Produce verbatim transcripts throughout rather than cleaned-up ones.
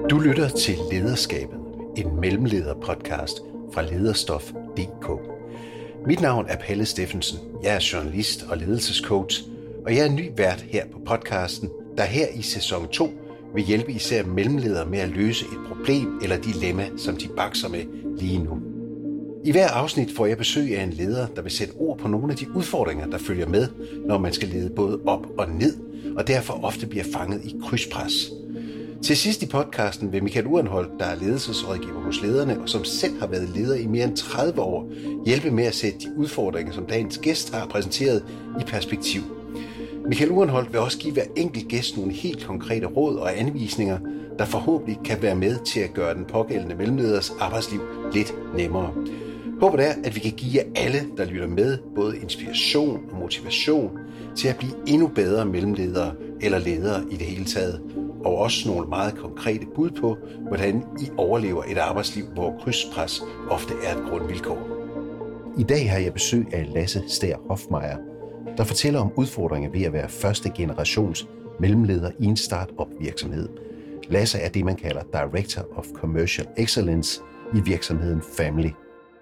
Du lytter til Lederskabet, en mellemleder-podcast fra lederstof punktum d k. Mit navn er Palle Steffensen. Jeg er journalist og ledelsescoach, og jeg er ny vært her på podcasten, der her i sæson to vil hjælpe især mellemledere med at løse et problem eller dilemma, som de bakser med lige nu. I hver afsnit får jeg besøg af en leder, der vil sætte ord på nogle af de udfordringer, der følger med, når man skal lede både op og ned, og derfor ofte bliver fanget i krydspres. Til sidst i podcasten vil Michael Urenholdt, der er ledelsesrådgiver hos lederne, og som selv har været leder i mere end tredive år, hjælpe med at sætte de udfordringer, som dagens gæst har præsenteret, i perspektiv. Michael Urenholdt vil også give hver enkelt gæst nogle helt konkrete råd og anvisninger, der forhåbentlig kan være med til at gøre den pågældende mellemleders arbejdsliv lidt nemmere. Håbet er, at vi kan give jer alle, der lytter med, både inspiration og motivation til at blive endnu bedre mellemledere eller ledere i det hele taget, og også nogle meget konkrete bud på, hvordan I overlever et arbejdsliv, hvor krydspres ofte er et grundvilkår. I dag har jeg besøg af Lasse Stær Hofmeier, der fortæller om udfordringer ved at være første generations mellemleder i en startup virksomhed. Lasse er det, man kalder Director of Commercial Excellence i virksomheden Family.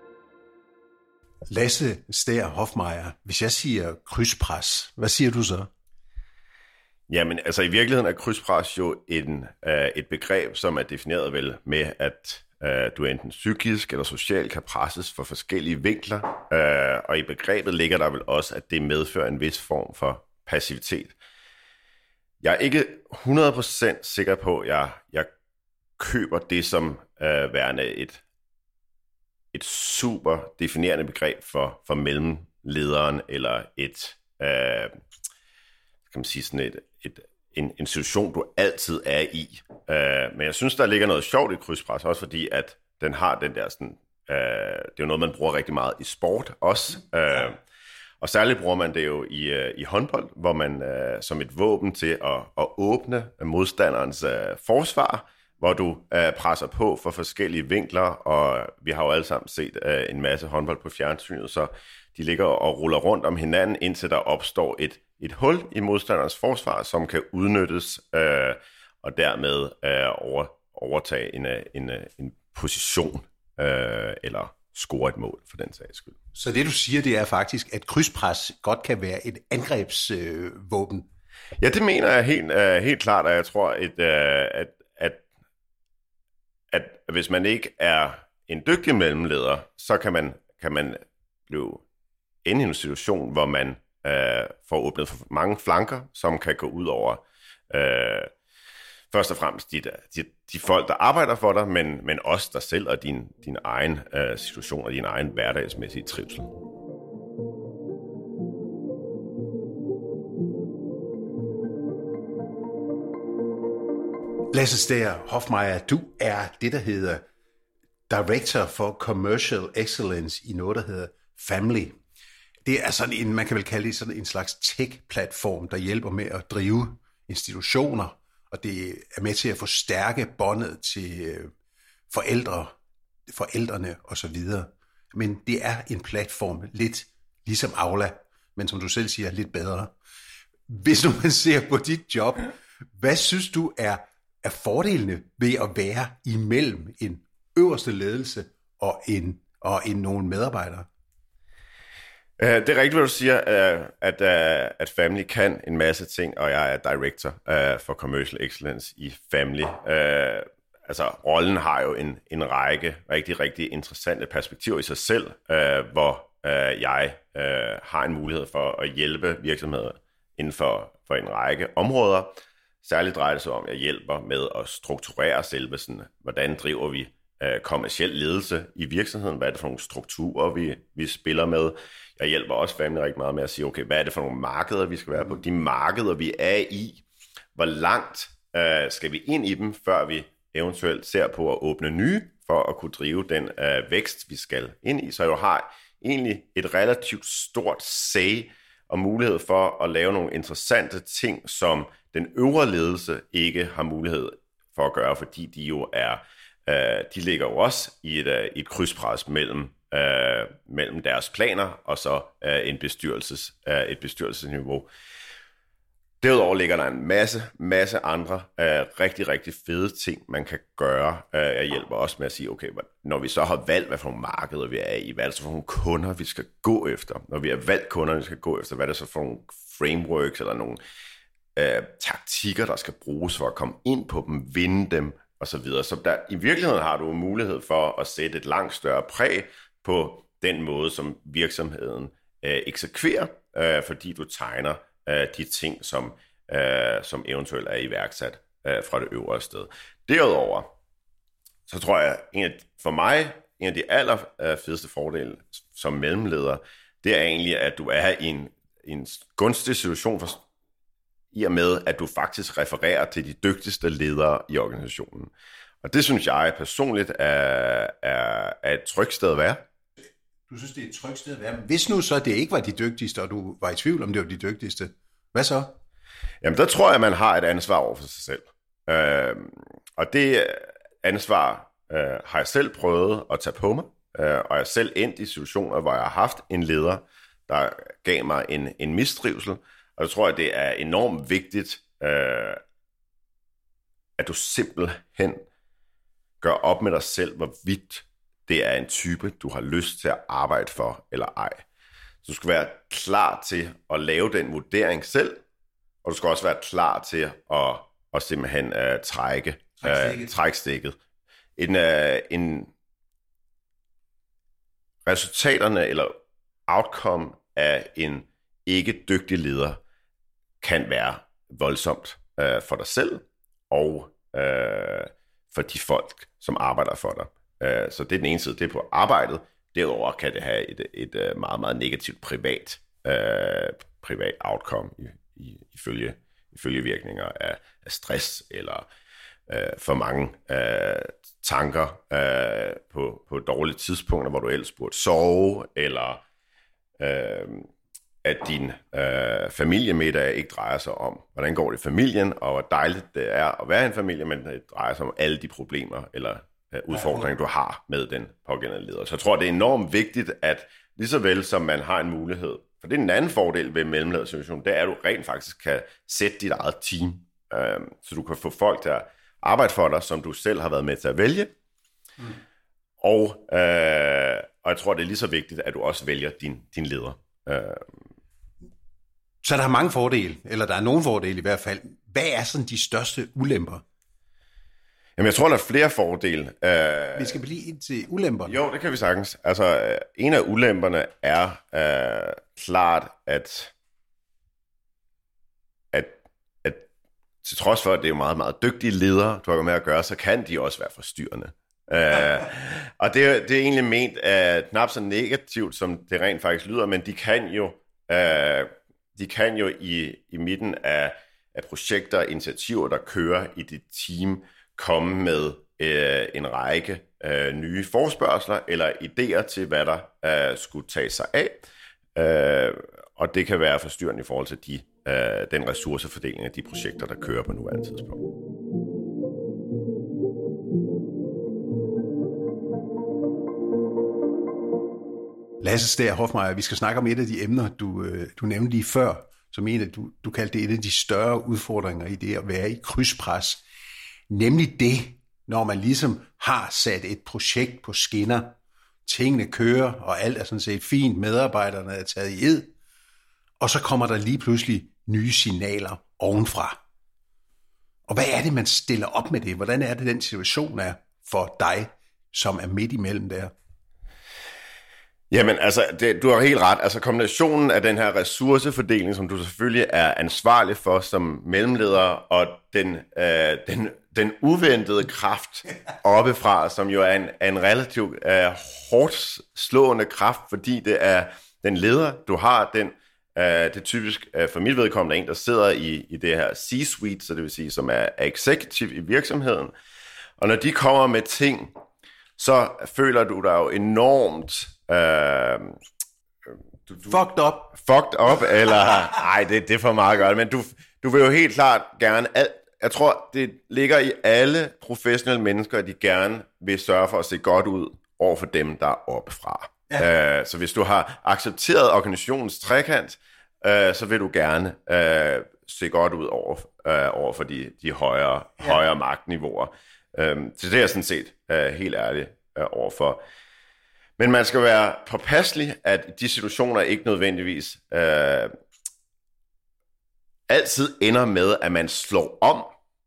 Lasse Stær Hofmeier, hvis jeg siger krydspres, hvad siger du så? Jamen, altså i virkeligheden er krydspres jo en, øh, et begreb, som er defineret vel med, at øh, du enten psykisk eller socialt kan presses for forskellige vinkler, øh, og i begrebet ligger der vel også, at det medfører en vis form for passivitet. Jeg er ikke hundrede procent sikker på, at jeg, jeg køber det som øh, værende et, et super definerende begreb for, for mellemlederen, eller et... Øh, kan man sige sådan et, et, en, en situation, du altid er i. Uh, men jeg synes, der ligger noget sjovt i krydspres, også fordi, at den har den der sådan, uh, det er jo noget, man bruger rigtig meget i sport også. Uh, og særligt bruger man det jo i, uh, i håndbold, hvor man uh, som et våben til at, at åbne modstanderens uh, forsvar, hvor du uh, presser på for forskellige vinkler, og vi har jo alle sammen set uh, en masse håndbold på fjernsynet, så de ligger og ruller rundt om hinanden, indtil der opstår et et hul i modstanderens forsvar, som kan udnyttes øh, og dermed øh, over, overtage en, en, en position øh, eller score et mål for den sags skyld. Så det du siger, det er faktisk, at krydspres godt kan være et angrebsvåben? Øh, ja, det mener jeg helt, øh, helt klart, og jeg tror, et, øh, at, at, at hvis man ikke er en dygtig mellemleder, så kan man, kan man blive inde i en situation, hvor man Uh, får åbnet for mange flanker, som kan gå ud over uh, først og fremmest de, de, de folk, der arbejder for dig, men, men også dig selv og din, din egen uh, situation og din egen hverdagsmæssige trivsel. Lasse Stær Hofmeier, du er det, der hedder Director for Commercial Excellence i noget, der hedder Family. Det er sådan en, man kan vel kalde det sådan en slags tech-platform, der hjælper med at drive institutioner, og det er med til at forstærke båndet til forældre, forældrene osv. Men det er en platform lidt ligesom Aula, men som du selv siger, lidt bedre. Hvis nu man ser på dit job, hvad synes du er, er fordelene ved at være imellem en øverste ledelse og en, og en nogle medarbejdere? Uh, det er rigtigt, hvad du siger, uh, at, uh, at Family kan en masse ting, og jeg er director uh, for Commercial Excellence i Family. Uh, altså, rollen har jo en, en række rigtig, rigtig interessante perspektiver i sig selv, uh, hvor uh, jeg uh, har en mulighed for at hjælpe virksomheder inden for, for en række områder. Særligt drejer det sig om, at jeg hjælper med at strukturere selve sådan, hvordan driver vi uh, kommerciel ledelse i virksomheden, hvad er det for nogle strukturer, vi, vi spiller med. Jeg hjælper også Family rigtig meget med at sige, okay, hvad er det for nogle markeder, vi skal være på? De markeder, vi er i, hvor langt øh, skal vi ind i dem, før vi eventuelt ser på at åbne nye, for at kunne drive den øh, vækst, vi skal ind i. Så jeg har egentlig et relativt stort say og mulighed for at lave nogle interessante ting, som den øvre ledelse ikke har mulighed for at gøre, fordi de jo er, øh, de ligger jo også i et, øh, et krydspres mellem Øh, mellem deres planer og så øh, en bestyrelses, øh, et bestyrelsesniveau. Derudover ligger der en masse, masse andre uh, rigtig, rigtig fede ting, man kan gøre. Uh, jeg hjælper også med at sige, okay, når vi så har valgt, hvad for nogle markeder vi er i, hvad er det så for nogle kunder, vi skal gå efter? Når vi har valgt kunder, vi skal gå efter, hvad er det så for nogle frameworks eller nogle uh, taktikker, der skal bruges for at komme ind på dem, vinde dem osv. Så der, i virkeligheden har du mulighed for at sætte et langt større præg på den måde, som virksomheden uh, eksekverer, uh, fordi du tegner de ting, som, øh, som eventuelt er iværksat øh, fra det øvre sted. Derudover, så tror jeg, en af, for mig, en af de aller fedeste fordele som mellemleder, det er egentlig, at du er i en, en gunstig situation, for, i og med, at du faktisk refererer til de dygtigste ledere i organisationen. Og det synes jeg personligt er, er, er et trygt sted at være. Du synes, det er et trygt sted at være. Hvis nu så det ikke var de dygtigste, og du var i tvivl om det var de dygtigste, hvad så? Jamen, der tror jeg, man har et ansvar over for sig selv. Øh, og det ansvar øh, har jeg selv prøvet at tage på mig, øh, og jeg er selv endt i situationer, hvor jeg har haft en leder, der gav mig en, en mistrivsel. Og jeg tror, at det er enormt vigtigt, øh, at du simpelthen gør op med dig selv, hvorvidt det er en type, du har lyst til at arbejde for, eller ej. Så du skal være klar til at lave den vurdering selv, og du skal også være klar til at, at simpelthen uh, trække uh, trækstikket. En, uh, en resultaterne eller outcome af en ikke dygtig leder kan være voldsomt uh, for dig selv og uh, for de folk, som arbejder for dig. Så det er den ene side, det er på arbejdet. Derudover kan det have et, et meget, meget negativt privat, øh, privat outcome i, i, ifølge, ifølge virkninger af, af stress eller øh, for mange øh, tanker øh, på, på dårlige tidspunkter, hvor du ellers burde sove, eller øh, at din øh, familiemiddag ikke drejer sig om, hvordan går det i familien, og hvor dejligt det er at være i en familie, men det drejer sig om alle de problemer eller udfordringer, du har med den pågældende leder. Så jeg tror, det er enormt vigtigt, at lige så vel som man har en mulighed, for det er en anden fordel ved mellemledersituationen, det er, at du rent faktisk kan sætte dit eget team, øh, så du kan få folk, der arbejder for dig, som du selv har været med til at vælge. Mm. Og, øh, og jeg tror, det er lige så vigtigt, at du også vælger din, din leder. Øh. Så der er mange fordele, eller der er nogle fordele i hvert fald. Hvad er sådan de største ulemper? Jamen, jeg tror, der er flere fordele. Vi skal blive ind til ulemperne. Jo, det kan vi sagtens. Altså, en af ulemperne er uh, klart, at, at, at til trods for, at det er meget, meget dygtige ledere, du har med at gøre, så kan de også være forstyrrende. Uh, og det, det er egentlig ment uh, knap så negativt, som det rent faktisk lyder, men de kan jo, uh, de kan jo i, i midten af, af projekter og initiativer, der kører i dit team, komme med øh, en række øh, nye forespørgsler eller idéer til, hvad der øh, skulle tage sig af. Øh, og det kan være forstyrrende i forhold til de, øh, den ressourcefordeling af de projekter, der kører på nuværende tidspunkt. Lasse Stær Hofmeier, vi skal snakke om et af de emner, du, du nævnte lige før, som en af, du, du kaldte det et af de større udfordringer i det at være i krydspres. Nemlig det, når man ligesom har sat et projekt på skinner, tingene kører, og alt er sådan set fint, medarbejderne er taget i ed, og så kommer der lige pludselig nye signaler ovenfra. Og hvad er det, man stiller op med det? Hvordan er det, den situation er for dig, som er midt imellem der? Jamen, altså, det, du har helt ret. Altså, kombinationen af den her ressourcefordeling, som du selvfølgelig er ansvarlig for som mellemleder, og den, øh, den, den uventede kraft oppefra, som jo er en, er en relativt øh, hårdt slående kraft, fordi det er den leder, du har, den, øh, det er typisk øh, for mit vedkommende en, der sidder i, i det her C-suite, så det vil sige, som er, er executive i virksomheden. Og når de kommer med ting, så føler du dig jo enormt Uh, du, du, fucked up. Fucked up, eller... Nej, det, det er for meget at gøre det, men du, du vil jo helt klart gerne... Al, jeg tror, det ligger i alle professionelle mennesker, at de gerne vil sørge for at se godt ud over for dem, der er oppefra. Ja. Uh, så hvis du har accepteret organisationens trekant, uh, så vil du gerne uh, se godt ud over, øh, over for de, de højere, ja. højere magtniveauer. Øhm, så det er jeg sådan set øh, helt ærlig øh, overfor. Men man skal være påpasselig, at de situationer ikke nødvendigvis øh, altid ender med, at man slår om,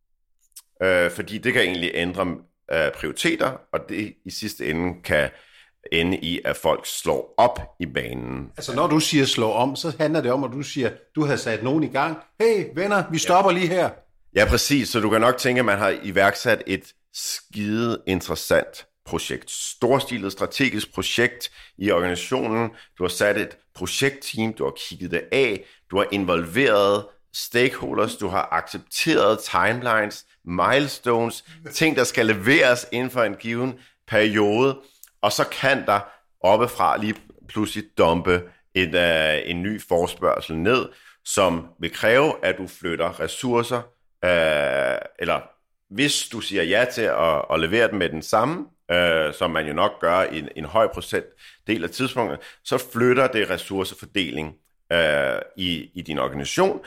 øh, fordi det kan egentlig ændre øh, prioriteter, og det i sidste ende kan ende i, at folk slår op i banen. Altså når du siger slå om, så handler det om, at du siger, du har sat nogen i gang. Hey venner, vi stopper ja. lige her. Ja, præcis. Så du kan nok tænke, at man har iværksat et skide interessant projekt. Storstilet strategisk projekt i organisationen. Du har sat et projektteam, du har kigget det af, du har involveret stakeholders, du har accepteret timelines, milestones, ting, der skal leveres inden for en given periode, og så kan der oppefra lige pludselig dumpe et, uh, en ny forespørgsel ned, som vil kræve, at du flytter ressourcer, uh, eller hvis du siger ja til at, at levere dem med den samme, uh, som man jo nok gør i en, en høj procentdel af tidspunktet, så flytter det ressourcefordeling uh, i, i din organisation,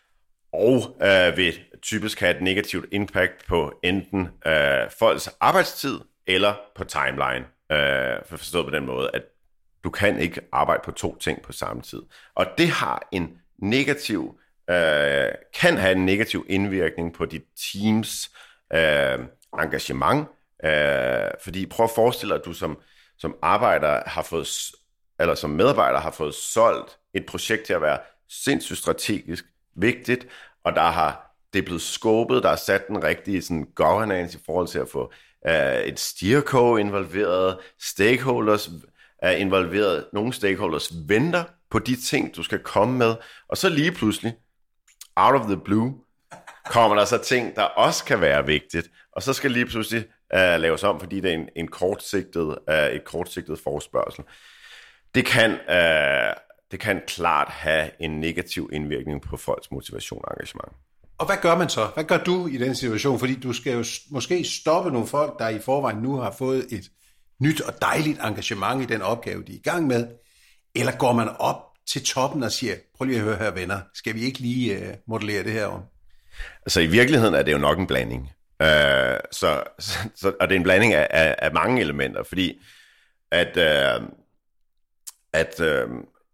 og uh, vil typisk have et negativt impact på enten uh, folks arbejdstid eller på timeline. Uh, for forstået på den måde, at du kan ikke arbejde på to ting på samme tid. Og det har en negativ, uh, kan have en negativ indvirkning på dit teams uh, engagement. Uh, fordi prøv at forestille dig, at du som, som arbejder har fået, eller som medarbejder har fået solgt et projekt til at være sindssygt strategisk vigtigt, og der har det er blevet skåbet, der er sat den rigtige sådan, governance i forhold til at få uh, et steerco involveret, stakeholders er involveret, nogle stakeholders venter på de ting, du skal komme med, og så lige pludselig, out of the blue, kommer der så ting, der også kan være vigtigt, og så skal lige pludselig uh, laves om, fordi det er en, en kortsigtet, uh, et kortsigtet forespørgsel. Det kan, uh, det kan klart have en negativ indvirkning på folks motivation og engagement. Og hvad gør man så? Hvad gør du i den situation? Fordi du skal jo måske stoppe nogle folk, der i forvejen nu har fået et nyt og dejligt engagement i den opgave, de er i gang med. Eller går man op til toppen og siger, prøv lige at høre her venner, skal vi ikke lige uh, modellere det her om? Altså i virkeligheden er det jo nok en blanding. Uh, så, så, og det er en blanding af, af, af mange elementer, fordi at, uh, at uh,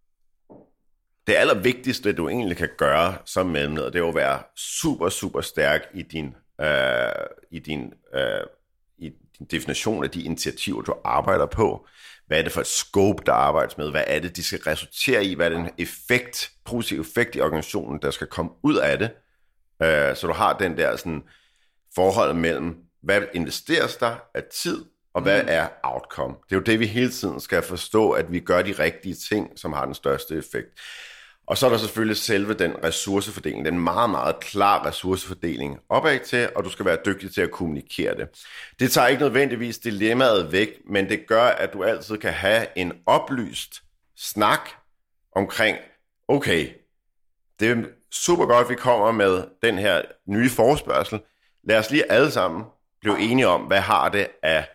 det allervigtigste, du egentlig kan gøre som mellemleder, det er jo at være super, super stærk i din, uh, i din, uh, i din definition af de initiativer, du arbejder på. Hvad er det for et scope, der arbejdes med? Hvad er det, de skal resultere i? Hvad er den effekt, positiv effekt i organisationen, der skal komme ud af det? Uh, så du har den der sådan, forhold mellem, hvad investeres der af tid, og hvad er outcome? Det er jo det, vi hele tiden skal forstå, at vi gør de rigtige ting, som har den største effekt. Og så er der selvfølgelig selve den ressourcefordeling, den meget, meget klar ressourcefordeling opad til, og du skal være dygtig til at kommunikere det. Det tager ikke nødvendigvis dilemmaet væk, men det gør, at du altid kan have en oplyst snak omkring, okay, det er super godt, vi kommer med den her nye forespørgsel. Lad os lige alle sammen blive enige om, hvad har det af,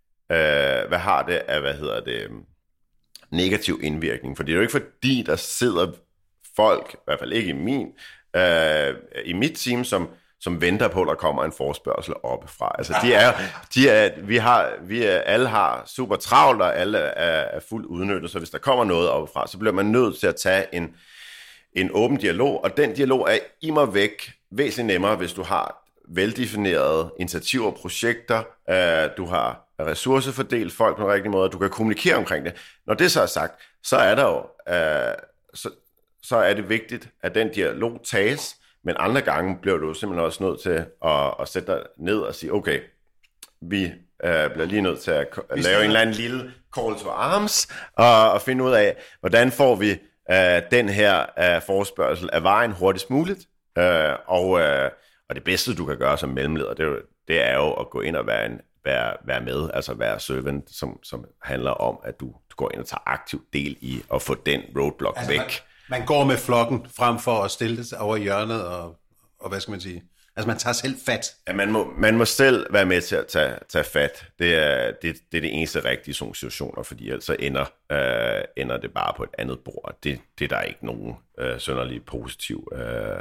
øh, hvad har det af, hvad hedder det, negativ indvirkning. For det er jo ikke fordi, der sidder folk, i hvert fald ikke i min, øh, i mit team, som, som venter på, at der kommer en forespørgsel oppefra. Altså, de er, de er, vi har, vi er, alle har super travlt, og alle er, er fuldt udnyttet, så hvis der kommer noget oppefra, så bliver man nødt til at tage en, en åben dialog, og den dialog er i mig væk væsentligt nemmere, hvis du har veldefinerede initiativer og projekter, øh, du har ressourcefordelt folk på en rigtig måde, du kan kommunikere omkring det. Når det så er sagt, så er der jo, øh, så, så er det vigtigt, at den dialog tages, men andre gange bliver du simpelthen også nødt til at, at sætte dig ned og sige, okay, vi øh, bliver lige nødt til at lave en eller anden lille call to arms, og, og finde ud af, hvordan får vi øh, den her øh, forespørgsel af vejen hurtigst muligt, øh, og øh, Og det bedste, du kan gøre som mellemleder, det er jo, det er jo at gå ind og være, en, være, være med, altså være servant, som, som handler om, at du, du går ind og tager aktiv del i at få den roadblock altså væk. Man, man går med flokken frem for at stille sig over hjørnet, og, og hvad skal man sige? Altså man tager selv fat. Ja, man må, man må selv være med til at tage, tage fat. Det er det, det er det eneste rigtige sådan situationer, fordi ellers ender, øh, ender det bare på et andet bord. Det, det er der ikke nogen øh, sønderlig positiv øh,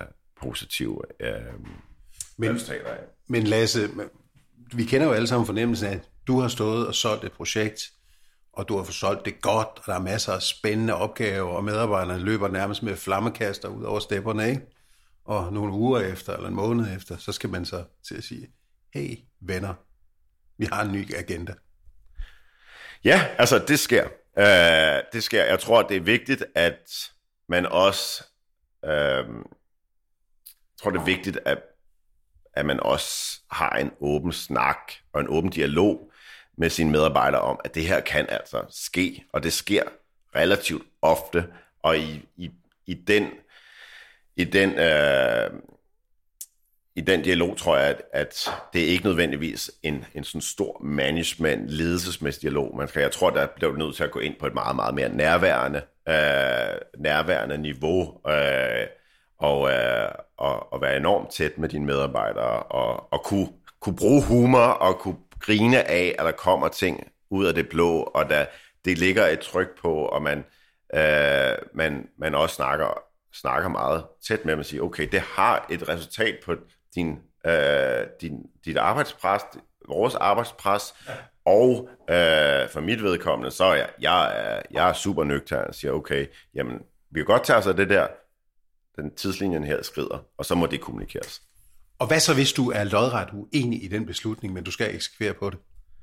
positive øh, men, resultater af. Men Lasse, vi kender jo alle sammen fornemmelsen af, at du har stået og solgt et projekt, og du har fået solgt det godt, og der er masser af spændende opgaver, og medarbejderne løber nærmest med flammekaster ud over stepperne, ikke? Og nogle uger efter, eller en måned efter, så skal man så til at sige, hey venner, vi har en ny agenda. Ja, altså det sker. Uh, det sker. Jeg tror, det er vigtigt, at man også, uh, jeg tror, det er vigtigt, at, at man også har en åben snak og en åben dialog med sine medarbejdere om, at det her kan altså ske, og det sker relativt ofte, og i, i, i den i den uh, i den dialog tror jeg, at, at det er ikke nødvendigvis en, en sådan stor management-ledelsesmæssig dialog. Man skal, jeg tror, der bliver nødt til at gå ind på et meget, meget mere nærværende, øh, nærværende niveau, øh, og, øh, og, og være enormt tæt med dine medarbejdere, og, og kunne, kunne bruge humor, og kunne grine af, at der kommer ting ud af det blå, og der, det ligger et tryk på, og man, øh, man, man også snakker, snakker meget tæt med, at man siger, okay, det har et resultat på din, øh, din, dit arbejdspres, vores arbejdspres, ja. Og øh, for mit vedkommende, så er jeg, jeg, er, jeg er super nøgtern og siger, okay, jamen, vi kan godt tage os af det der, den tidslinjen her skrider, og så må det kommunikeres. Og hvad så, hvis du er lodret uenig i den beslutning, men du skal eksekvere på det?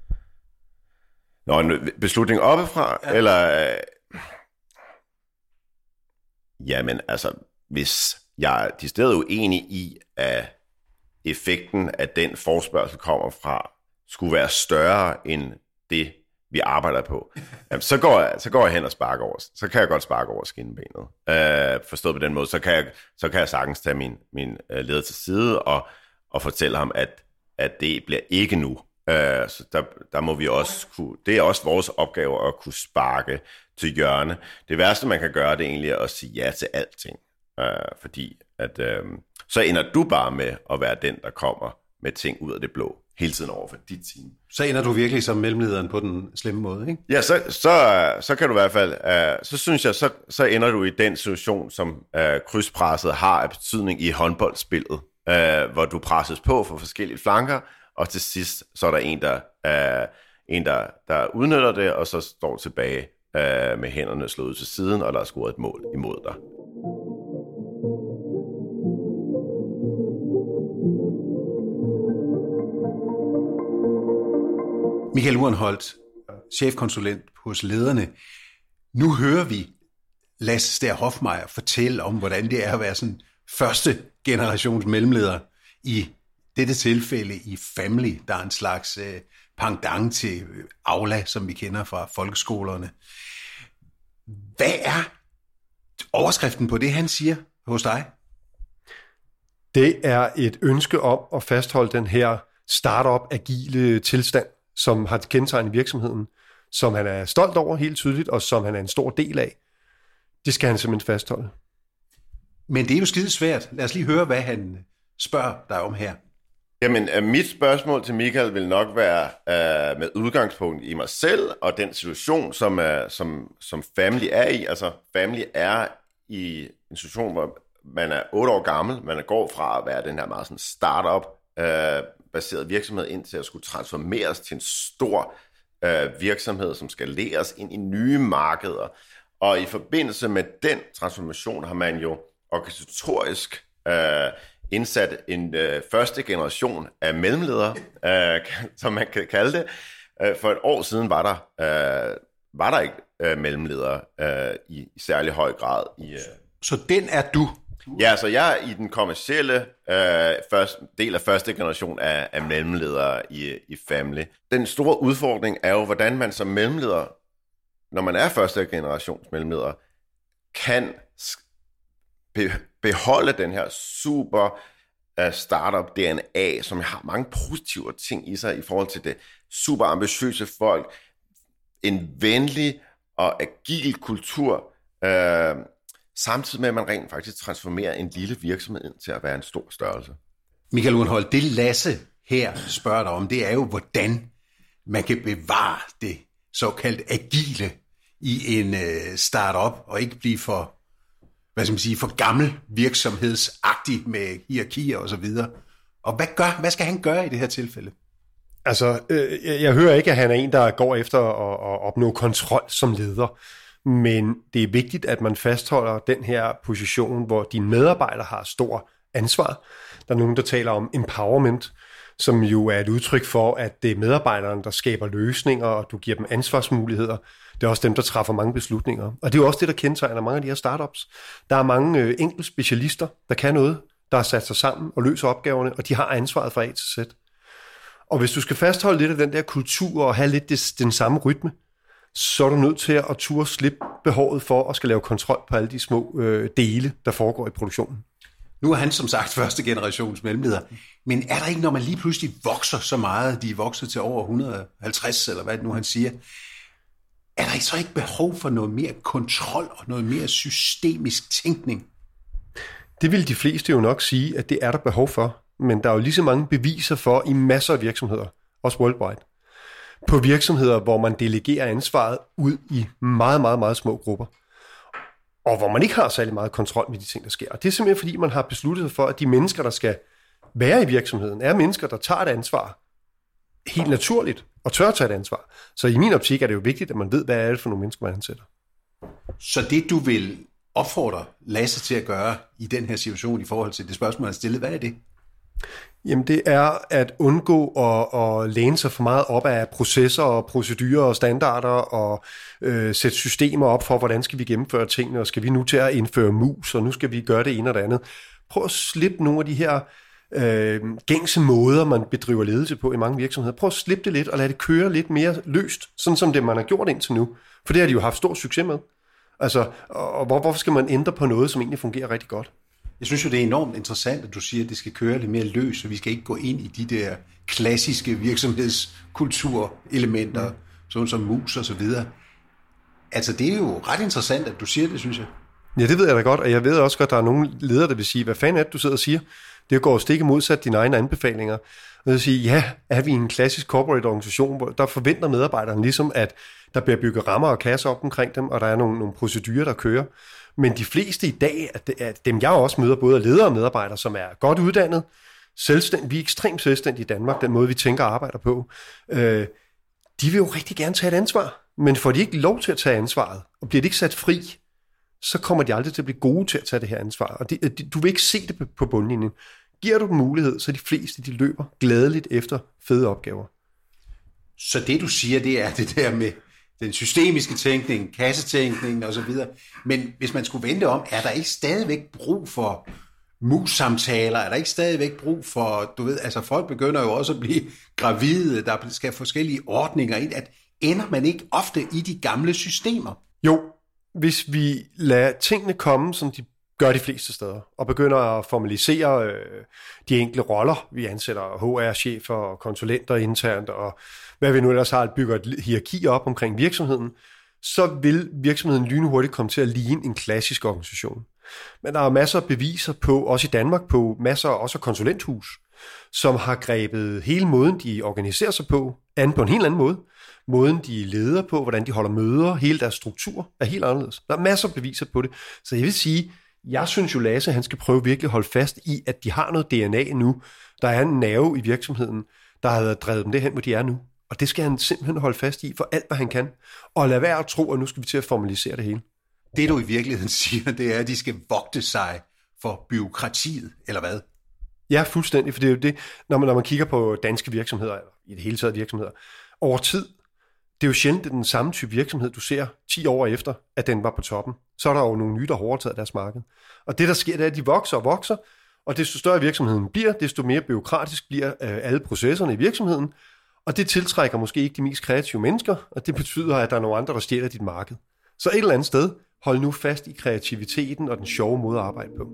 Nå, en beslutning oppefra, ja. Eller... Øh, jamen, altså, hvis jeg er decideret uenig i, at effekten af den forespørgsel kommer fra, skulle være større end det, vi arbejder på, jamen, så, går jeg, så går jeg hen og sparker over. Så kan jeg godt sparke over skinnebenet. Øh, forstået på den måde, så kan jeg, så kan jeg sagtens tage min, min leder til side og, og fortælle ham, at, at det bliver ikke nu. Øh, så der, der må vi også kunne, det er også vores opgave at kunne sparke til hjørne. Det værste, man kan gøre, det er egentlig at sige ja til alting. Øh, fordi at, øh, så ender du bare med at være den, der kommer med ting ud af det blå, hele tiden over for dit team. Så ender du virkelig som mellemlederen på den slemme måde, ikke? Ja, så, så, så kan du i hvert fald, uh, så synes jeg, så, så ender du i den situation, som uh, krydspresset har af betydning i håndboldspillet, uh, hvor du presses på for forskellige flanker, og til sidst, så er der en, der, uh, en der, der udnytter det, og så står tilbage uh, med hænderne slået ud til siden, og der er scoret et mål imod dig. Michael Urenholt, chefkonsulent hos Lederne. Nu hører vi Lasse Stær Hoffmeier fortælle om, hvordan det er at være sådan første generations mellemleder i dette tilfælde i Family, der er en slags eh, pendant til Aula, som vi kender fra folkeskolerne. Hvad er overskriften på det, han siger hos dig? Det er et ønske om at fastholde den her startup-agile tilstand, som har kendetegnet virksomheden, som han er stolt over helt tydeligt, og som han er en stor del af. Det skal han simpelthen fastholde. Men det er jo skide svært. Lad os lige høre, hvad han spørger dig om her. Jamen, mit spørgsmål til Michael vil nok være uh, med udgangspunkt i mig selv, og den situation, som, uh, som, som Family er i. Altså, Family er i en situation, hvor man er otte år gammel, man går fra at være den her meget sådan startup, uh, baseret virksomhed ind til at skulle transformeres til en stor øh, virksomhed, som skal læres ind i nye markeder. Og i forbindelse med den transformation har man jo organisatorisk øh, indsat en øh, første generation af mellemledere, øh, som man kan kalde det. Øh, for et år siden var der, øh, var der ikke øh, mellemledere øh, i, i særlig høj grad. I, øh... Så den er du? Ja, så jeg er i den kommercielle øh, første, del af første generation af, af mellemledere i, i Family. Den store udfordring er jo, hvordan man som mellemleder, når man er første generations mellemleder, kan be, beholde den her super uh, startup D N A, som har mange positive ting i sig i forhold til det super ambitiøse folk, en venlig og agil kultur, øh, samtidig med, at man rent faktisk transformerer en lille virksomhed ind til at være en stor størrelse. Michael Urenholt, det Lasse her spørger dig om, det er jo, hvordan man kan bevare det såkaldt agile i en uh, startup, og ikke blive for, hvad skal man sige, for gammel virksomhedsagtig med hierarkier og så videre. Og hvad, gør, hvad skal han gøre i det her tilfælde? Altså, øh, jeg, jeg hører ikke, at han er en, der går efter at, at opnå kontrol som leder. Men det er vigtigt, at man fastholder den her position, hvor dine medarbejdere har stor ansvar. Der er nogen, der taler om empowerment, som jo er et udtryk for, at det er medarbejderne, der skaber løsninger, og du giver dem ansvarsmuligheder. Det er også dem, der træffer mange beslutninger. Og det er jo også det, der kendetegner mange af de her startups. Der er mange øh, enkelte specialister, der kan noget, der har sat sig sammen og løser opgaverne, og de har ansvaret fra A til Z. Og hvis du skal fastholde lidt af den der kultur og have lidt det, den samme rytme, så er du nødt til at turde slippe behovet for at skal lave kontrol på alle de små øh, dele, der foregår i produktionen. Nu er han som sagt første generations mellemleder, men er der ikke, når man lige pludselig vokser så meget, de er vokset til over et hundrede og halvtreds, eller hvad det nu han siger, er der så ikke behov for noget mere kontrol og noget mere systemisk tænkning? Det vil de fleste jo nok sige, at det er der behov for, men der er jo lige så mange beviser for i masser af virksomheder, også worldwide, på virksomheder, hvor man delegerer ansvaret ud i meget, meget, meget små grupper. Og hvor man ikke har særlig meget kontrol med de ting, der sker. Og det er simpelthen fordi, man har besluttet sig for, at de mennesker, der skal være i virksomheden, er mennesker, der tager et ansvar helt naturligt og tør at tage et ansvar. Så i min optik er det jo vigtigt, at man ved, hvad er det for nogle mennesker, man ansætter. Så det, du vil opfordre Lasse til at gøre i den her situation i forhold til det spørgsmål, han stillede, hvad er det? Jamen det er at undgå at, at læne sig for meget op af processer og procedurer og standarder og øh, sætte systemer op for, hvordan skal vi gennemføre tingene, og skal vi nu til at indføre mus, og nu skal vi gøre det ene og det andet. Prøv at slippe nogle af de her øh, gængse måder, man bedriver ledelse på i mange virksomheder. Prøv at slippe det lidt og lade det køre lidt mere løst, sådan som det man har gjort indtil nu. For det har de jo haft stor succes med. Altså, og hvor, hvorfor skal man ændre på noget, som egentlig fungerer rigtig godt? Jeg synes jo, det er enormt interessant, at du siger, at det skal køre lidt mere løs, og vi skal ikke gå ind i de der klassiske virksomhedskulturelementer, mm. sådan som mus og så videre. Altså, det er jo ret interessant, at du siger det, synes jeg. Ja, det ved jeg da godt, og jeg ved også godt, at der er nogle ledere, der vil sige, hvad fanden er det, du sidder og siger? Det går jo stik modsat dine egne anbefalinger. Og jeg vil sige, ja, er vi i en klassisk corporate organisation, hvor der forventer medarbejderne ligesom, at der bliver bygget rammer og kasser op omkring dem, og der er nogle, nogle procedurer, der kører. Men de fleste i dag, at dem jeg også møder, både ledere og medarbejdere, som er godt uddannet, selvstændige, vi er ekstremt selvstændige i Danmark, den måde vi tænker og arbejder på, øh, de vil jo rigtig gerne tage et ansvar, men får de ikke lov til at tage ansvaret, og bliver de ikke sat fri, så kommer de aldrig til at blive gode til at tage det her ansvar. Og det, de, du vil ikke se det på bundlinjen. Giver du dem mulighed, så de fleste de løber gladeligt efter fede opgaver. Så det du siger, det er det der med den systemiske tænkning, kassetænkningen og så videre. Men hvis man skulle vente om, er der ikke stadigvæk brug for mus-samtaler? Er der ikke stadigvæk brug for, du ved, altså folk begynder jo også at blive gravide, der skal forskellige ordninger ind, at ender man ikke ofte i de gamle systemer? Jo, hvis vi lader tingene komme, som de gør de fleste steder, og begynder at formalisere øh, de enkelte roller. Vi ansætter H R-chefer og konsulenter internt, og hvad vi nu ellers har, bygger et hierarki op omkring virksomheden, så vil virksomheden lynhurtigt komme til at ligne en klassisk organisation. Men der er masser af beviser på, også i Danmark, på masser også af konsulenthus, som har grebet hele måden, de organiserer sig på, an på en helt anden måde. Måden, de leder på, hvordan de holder møder, hele deres struktur er helt anderledes. Der er masser af beviser på det. Så jeg vil sige, jeg synes jo, Lasse, han skal prøve virkelig at holde fast i, at de har noget D N A nu. Der er en nerve i virksomheden, der har drevet dem derhen, hvor de er nu. Og det skal han simpelthen holde fast i for alt, hvad han kan. Og lad være at tro, at nu skal vi til at formalisere det hele. Det, du i virkeligheden siger, det er, at de skal vogte sig for byråkratiet, eller hvad? Ja, fuldstændig, for det er jo det, når man, når man kigger på danske virksomheder, eller i det hele taget virksomheder, over tid, det er jo sjældent, det er den samme type virksomhed, du ser ti år efter, at den var på toppen. Så er der jo nogle nye, der har overtaget deres marked. Og det, der sker, det er, at de vokser og vokser, og desto større virksomheden bliver, desto mere byråkratisk bliver alle processerne i virksomheden, og det tiltrækker måske ikke de mest kreative mennesker, og det betyder, at der er nogle andre, der stjæler dit marked. Så et eller andet sted, hold nu fast i kreativiteten og den sjove måde at arbejde på.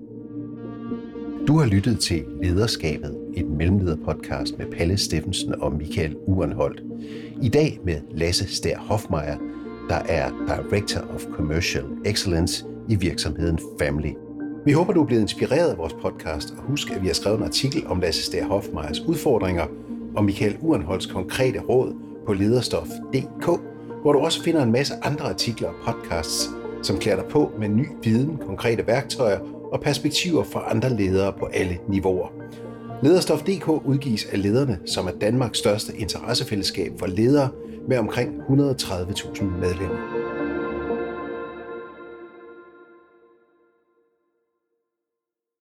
Du har lyttet til Lederskabet, et mellemlederpodcast med Palle Steffensen og Michael Uhrenholt. I dag med Lasse Stær Hofmeier, der er Director of Commercial Excellence i virksomheden Family. Vi håber, du er blevet inspireret af vores podcast, og husk, at vi har skrevet en artikel om Lasse Stær Hofmeiers udfordringer og Michael Uhrenholts konkrete råd på lederstof punktum d k, hvor du også finder en masse andre artikler og podcasts, som klæder dig på med ny viden, konkrete værktøjer og perspektiver fra andre ledere på alle niveauer. Lederstof punktum d k udgives af Lederne, som er Danmarks største interessefællesskab for ledere med omkring et hundrede og tredive tusind medlemmer.